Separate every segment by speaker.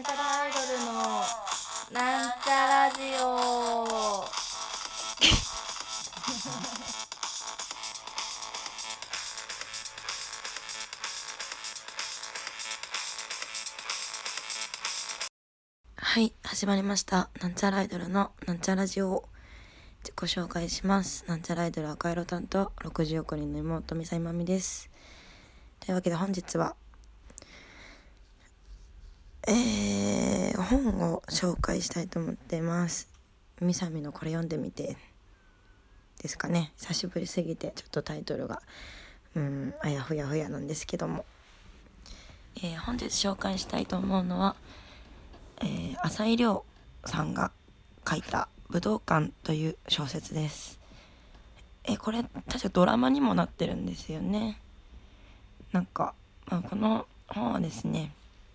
Speaker 1: なんちゃらアイドルのなんちゃラジオ。
Speaker 2: はい、始まりました。なんちゃらアイドルのなんちゃラジオを自己紹介します。なんちゃらアイドル赤色担当60億人の妹みさいまみです。というわけで本日は本を紹介したいと思っています。みさみのこれ読んでみてですかね。久しぶりすぎてちょっとタイトルがあやふやふやなんですけども、本日紹介したいと思うのは、浅井亮さんが書いた武道館という小説です。これ確かドラマにもなってるんですよね。この本はですね、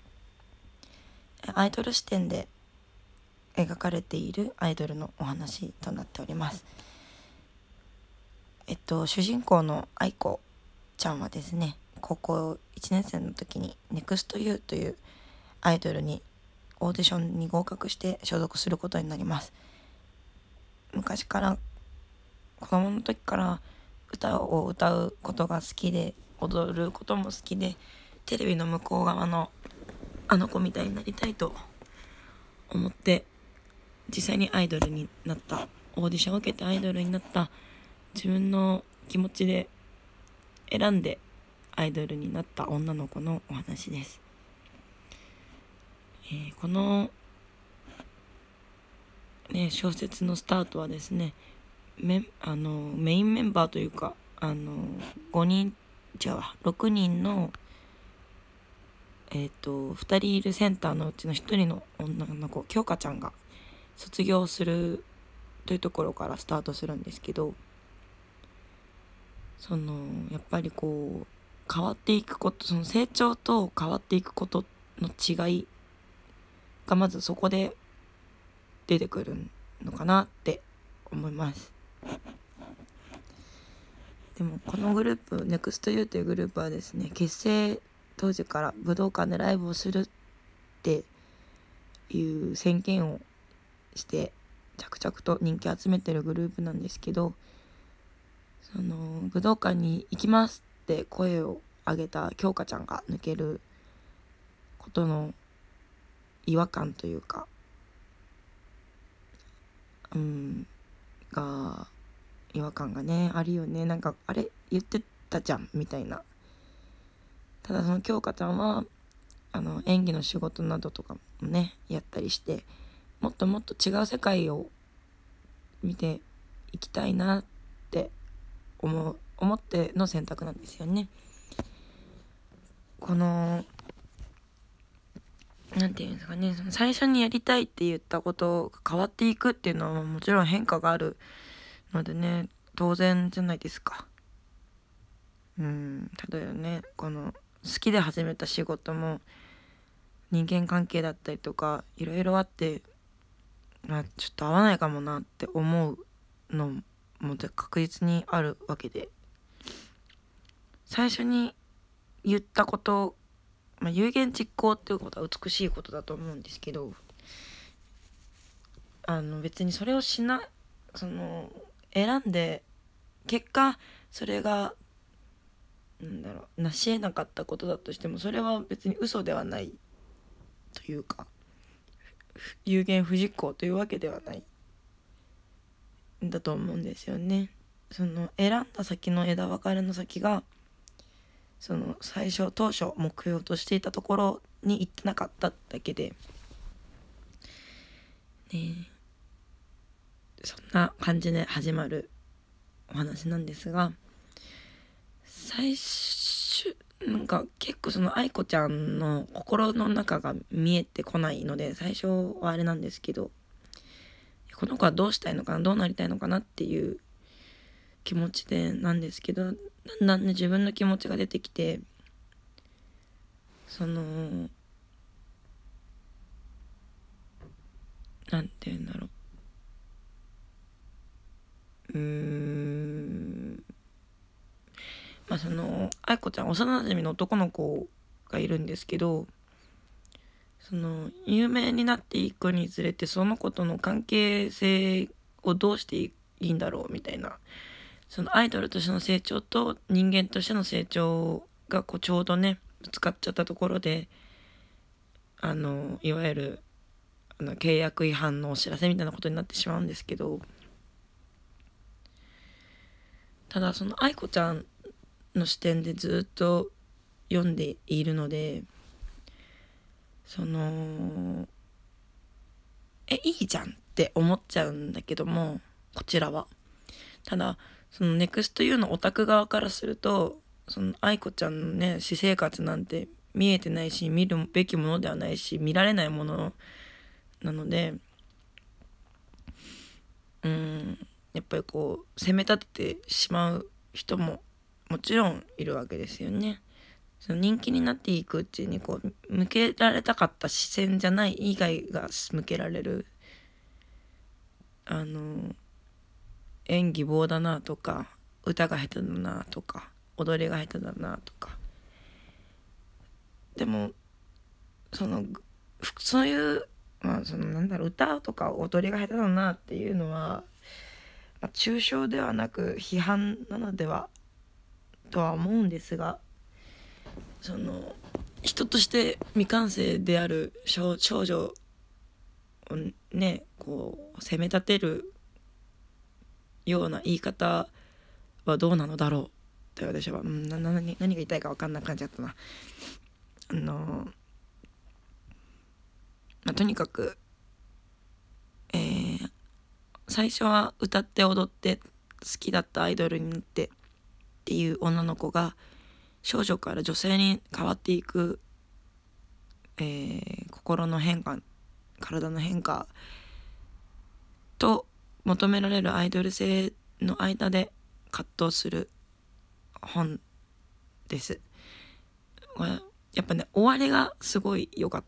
Speaker 2: アイドル視点で描かれているアイドルのお話となっております。主人公の愛子ちゃんはですね、高校1年生の時に NEXT U というアイドルにオーディションに合格して所属することになります。昔から子供の時から歌を歌うことが好きで、踊ることも好きで、テレビの向こう側のあの子みたいになりたいと思って実際にアイドルになった、オーディションを受けてアイドルになった自分の気持ちで選んでアイドルになった女の子のお話です。この、小説のスタートはですね、メインメンバーというか5人6人の2人いるセンターのうちの1人の女の子京香ちゃんが卒業するというところからスタートするんですけど、やっぱり変わっていくこと、その成長と変わっていくことの違いがまずそこで出てくるのかなって思います。でもこのグループ NEXT U というグループはですね、結成当時から武道館でライブをするっていう宣言をして着々と人気集めてるグループなんですけど、武道館に行きますって声を上げた京香ちゃんが抜けることの違和感というか違和感がねあるよね。あれ言ってたじゃんみたいな。ただその京香ちゃんは演技の仕事などとかもねやったりして、もっともっと違う世界を見ていきたいなって思っての選択なんですよね。このなんていうんですかね、最初にやりたいって言ったことが変わっていくっていうのはもちろん変化があるのでね、当然じゃないですか。ただよね、この好きで始めた仕事も人間関係だったりとかいろいろあって、ちょっと合わないかもなって思うのも確実にあるわけで、最初に言ったこと、有言実行っていうことは美しいことだと思うんですけど、別にそれを選んで結果それが成し得なかったことだとしても、それは別に嘘ではないというか有言不実行というわけではないんだと思うんですよね。選んだ先の枝分かれの先が最初当初目標としていたところに行ってなかっただけで、そんな感じで始まるお話なんですが、最初結構愛子ちゃんの心の中が見えてこないので、最初はあれなんですけど、この子はどうしたいのかな、どうなりたいのかなっていう気持ちでなんですけど、だんだんね自分の気持ちが出てきて、なんて言うんだろう、愛子ちゃん幼馴染の男の子がいるんですけど、 その有名になっていくにつれてその子との関係性をどうしていいんだろうみたいな、そのアイドルとしての成長と人間としての成長がこうちょうどねぶつかっちゃったところで、いわゆる契約違反のお知らせみたいなことになってしまうんですけど、ただその愛子ちゃんの視点でずっと読んでいるので、そのいいじゃんって思っちゃうんだけども、こちらはただその NEXT U のオタク側からすると、その愛子ちゃんのね私生活なんて見えてないし見るべきものではないし見られないものなので、やっぱりこう責め立ててしまう人ももちろんいるわけですよね。その人気になっていくうちにこう向けられたかった視線じゃない以外が向けられる、演技棒だなとか歌が下手だなとか踊りが下手だなとか、でもそういう歌とか踊りが下手だなっていうのは、抽象ではなく批判なのではとは思うんですが、その人として未完成である少女をねこう責め立てるような言い方はどうなのだろうって私は、何が言いたいか分かんなくなっちゃったな。とにかく、最初は歌って踊って好きだったアイドルになってっていう女の子が少女から女性に変わっていく、心の変化、体の変化と求められるアイドル性の間で葛藤する本です。やっぱね終わりがすごい良かった。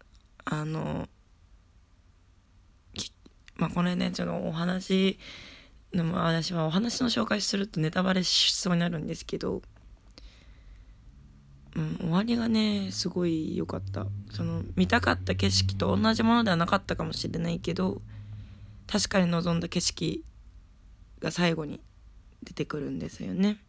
Speaker 2: これねちょっとお話の私はお話の紹介するとネタバレしそうになるんですけど、終わりがねすごい良かった。その見たかった景色と同じものではなかったかもしれないけど、確かに望んだ景色が最後に出てくるんですよね。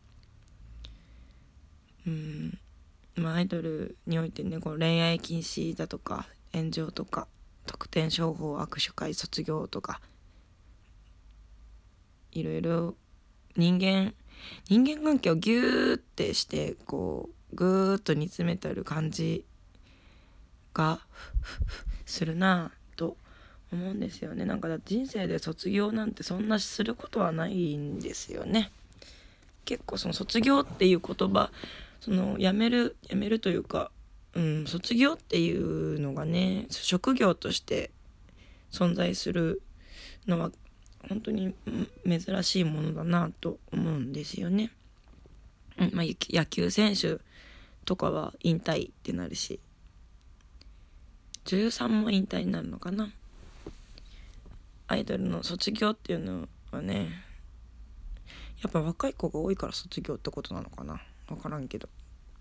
Speaker 2: アイドルにおいてねこう恋愛禁止だとか炎上とか得点商法握手会卒業とかいろいろ人間関係をギューってしてこうぐーっと煮詰めてる感じがするなと思うんですよね。なんか人生で卒業なんてそんなすることはないんですよね。結構その卒業っていう言葉、そのやめるというか、卒業っていうのがね職業として存在するのは本当に珍しいものだなと思うんですよね。野球選手とかは引退ってなるし、女優さんも引退になるのかな。アイドルの卒業っていうのはねやっぱ若い子が多いから卒業ってことなのかな、分からんけど、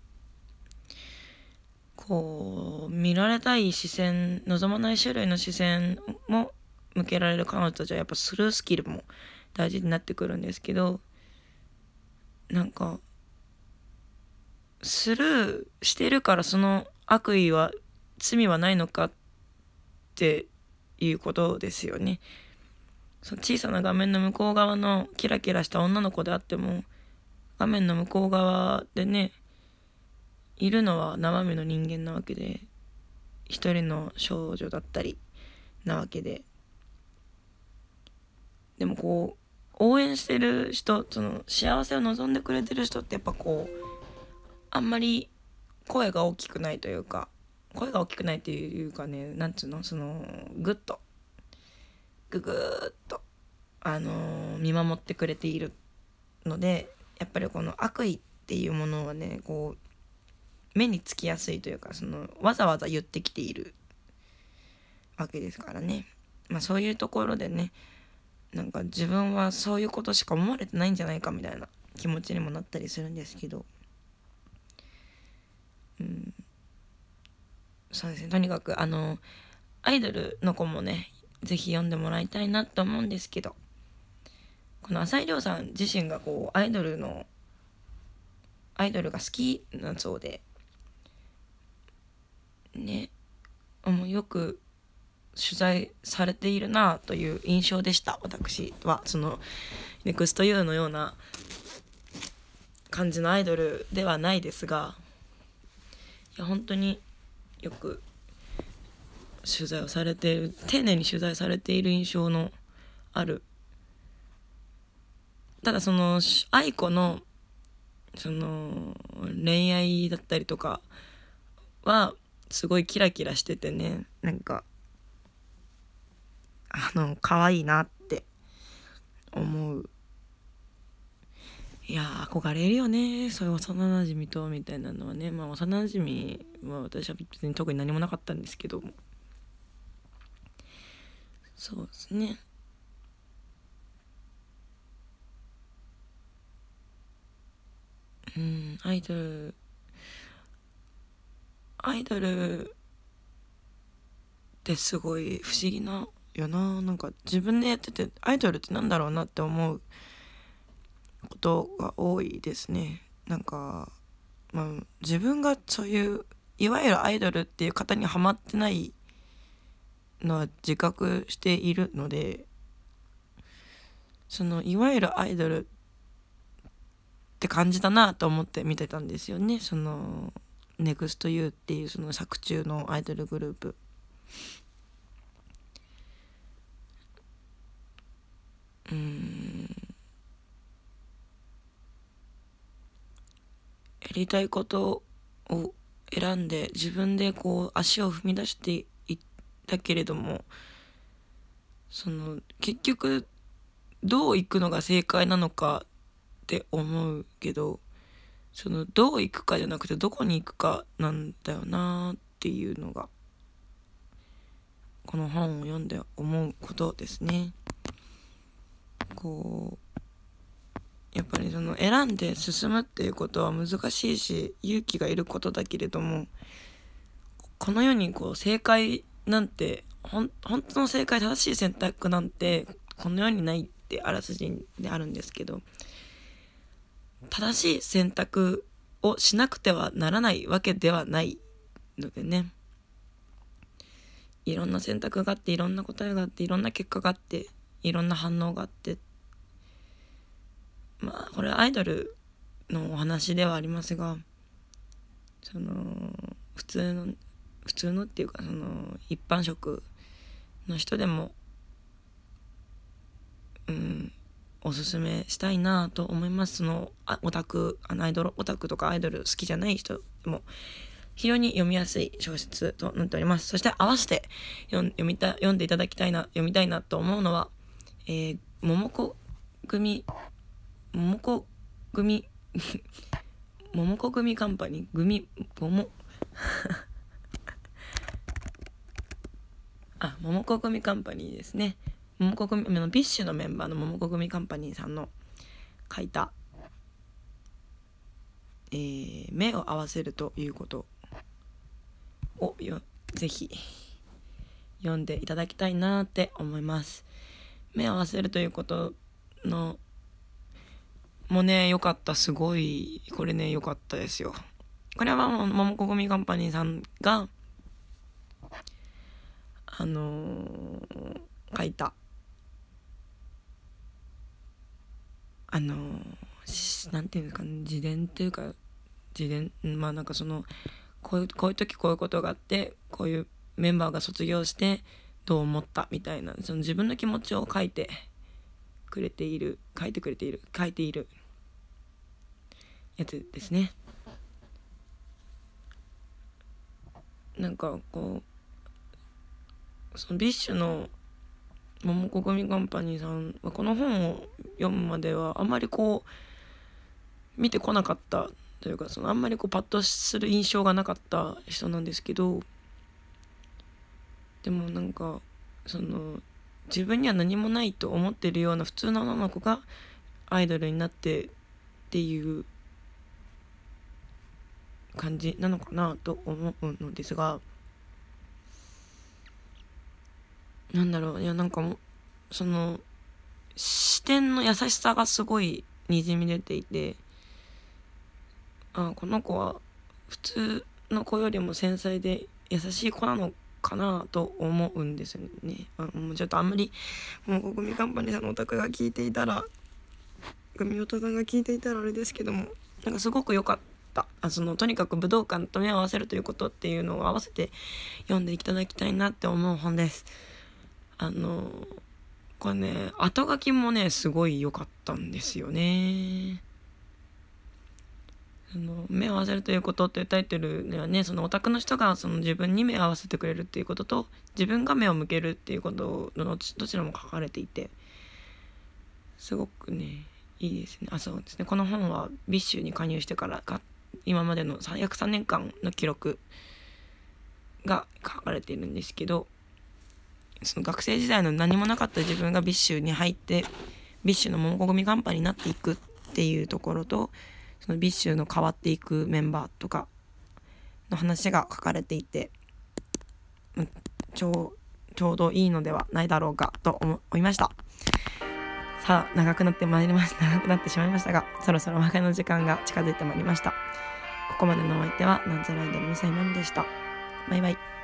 Speaker 2: こう見られたい視線、望まない種類の視線も向けられる彼女たちはやっぱスルースキルも大事になってくるんですけど、なんかスルーしてるからその罪はないのかっていうことですよね。その小さな画面の向こう側のキラキラした女の子であっても、画面の向こう側でねいるのは生身の人間なわけで、一人の少女だったりなわけで、でもこう応援してる人、その幸せを望んでくれてる人ってやっぱこうあんまり声が大きくないというか、っていうかね、なんつうの、そのグッとググーっと見守ってくれているので、やっぱりこの悪意っていうものはねこう目につきやすいというか、そのわざわざ言ってきているわけですからね。そういうところでね、なんか自分はそういうことしか思われてないんじゃないかみたいな気持ちにもなったりするんですけど、 そうですね、とにかくアイドルの子もねぜひ読んでもらいたいなと思うんですけど、この浅井亮さん自身がこうアイドルが好きなそうでね、よく取材されているなという印象でした。私はそのネクストユーのような感じのアイドルではないですが、いや本当によく取材をされている、丁寧に取材されている印象のある。ただその愛子のその恋愛だったりとかはすごいキラキラしててね、なんか可愛いなって思う。いや憧れるよね、そういう幼なじみとみたいなのはね。まあ幼なじみは私は別に特に何もなかったんですけども、そうですね。アイドルってすごい不思議なよな。なんか自分でやっててアイドルってなんだろうなって思うことが多いですね。なんか、自分がそういういわゆるアイドルっていう方にはまってないのは自覚しているので、そのいわゆるアイドルって感じだなと思って見てたんですよね。そのネクストユーっていうその作中のアイドルグループ。やりたいことを選んで自分でこう足を踏み出していったけれども、その結局どう行くのが正解なのかって思うけど、そのどう行くかじゃなくてどこに行くかなんだよなっていうのがこの本を読んで思うことですね。こうやっぱりその選んで進むっていうことは難しいし勇気がいることだけれども、この世にこう正解なんて本当の正解、正しい選択なんてこの世にないってあらすじであるんですけど、正しい選択をしなくてはならないわけではないのでね、いろんな選択があっていろんな答えがあっていろんな結果があっていろんな反応があって、これはアイドルのお話ではありますが、その普通のっていうかその一般職の人でもおすすめしたいなと思います。そのアイドルオタクとかアイドル好きじゃない人でも非常に読みやすい小説となっております。そして合わせて読んでいただきたいな、読みたいなと思うのは、桃子組桃子組カンパニー桃子組カンパニーですね。桃子組ビッシュのメンバーの桃子組カンパニーさんの書いた、目を合わせるということをぜひ読んでいただきたいなって思います。目を合わせるということのもね良かった。すごいこれね良かったですよ。これは桃子組カンパニーさんが書いたなんていうんですかね、自伝っていうかなんかそのこういう時こういうことがあってこういうメンバーが卒業してどう思ったみたいな、その自分の気持ちを書いているやつですね。なんかこうそのビッシュの桃子組カンパニーさんはこの本を読むまではあんまりこう見てこなかったというか、そのあんまりこうパッとする印象がなかった人なんですけど、でもなんかその自分には何もないと思ってるような普通の女の子がアイドルになってっていう感じなのかなと思うのですが、 なんだろう、いやなんかもうその視点の優しさがすごいにじみ出ていて、この子は普通の子よりも繊細で優しい子なのかなと思うんですよね。もうちょっとあんまりもうグミカンパニーさんのお宅が聞いていたら、グミオタさんが聞いていたらあれですけども、なんかすごく良かった。とにかく武道館と目を合わせるということっていうのを合わせて読んでいただきたいなって思う本です。これね、後書きもねすごい良かったんですよね。目を合わせるということっていうタイトルではね、そのオタクの人がその自分に目を合わせてくれるっていうことと、自分が目を向けるっていうことのどちらも書かれていて、すごくねいいですね。そうですね、この本はビッシュに加入してからが今までの約3年間の記録が書かれているんですけど、その学生時代の何もなかった自分がビッシュに入ってビッシュの桃子組カンパになっていくっていうところと、そのビッシュの変わっていくメンバーとかの話が書かれていて、ちょうどいいのではないだろうかと思いました。さあ長くなってしまいましたが、そろそろお別れの時間が近づいてまいりました。ここまでのお相手はナンザライドルミサイマミでした。バイバイ。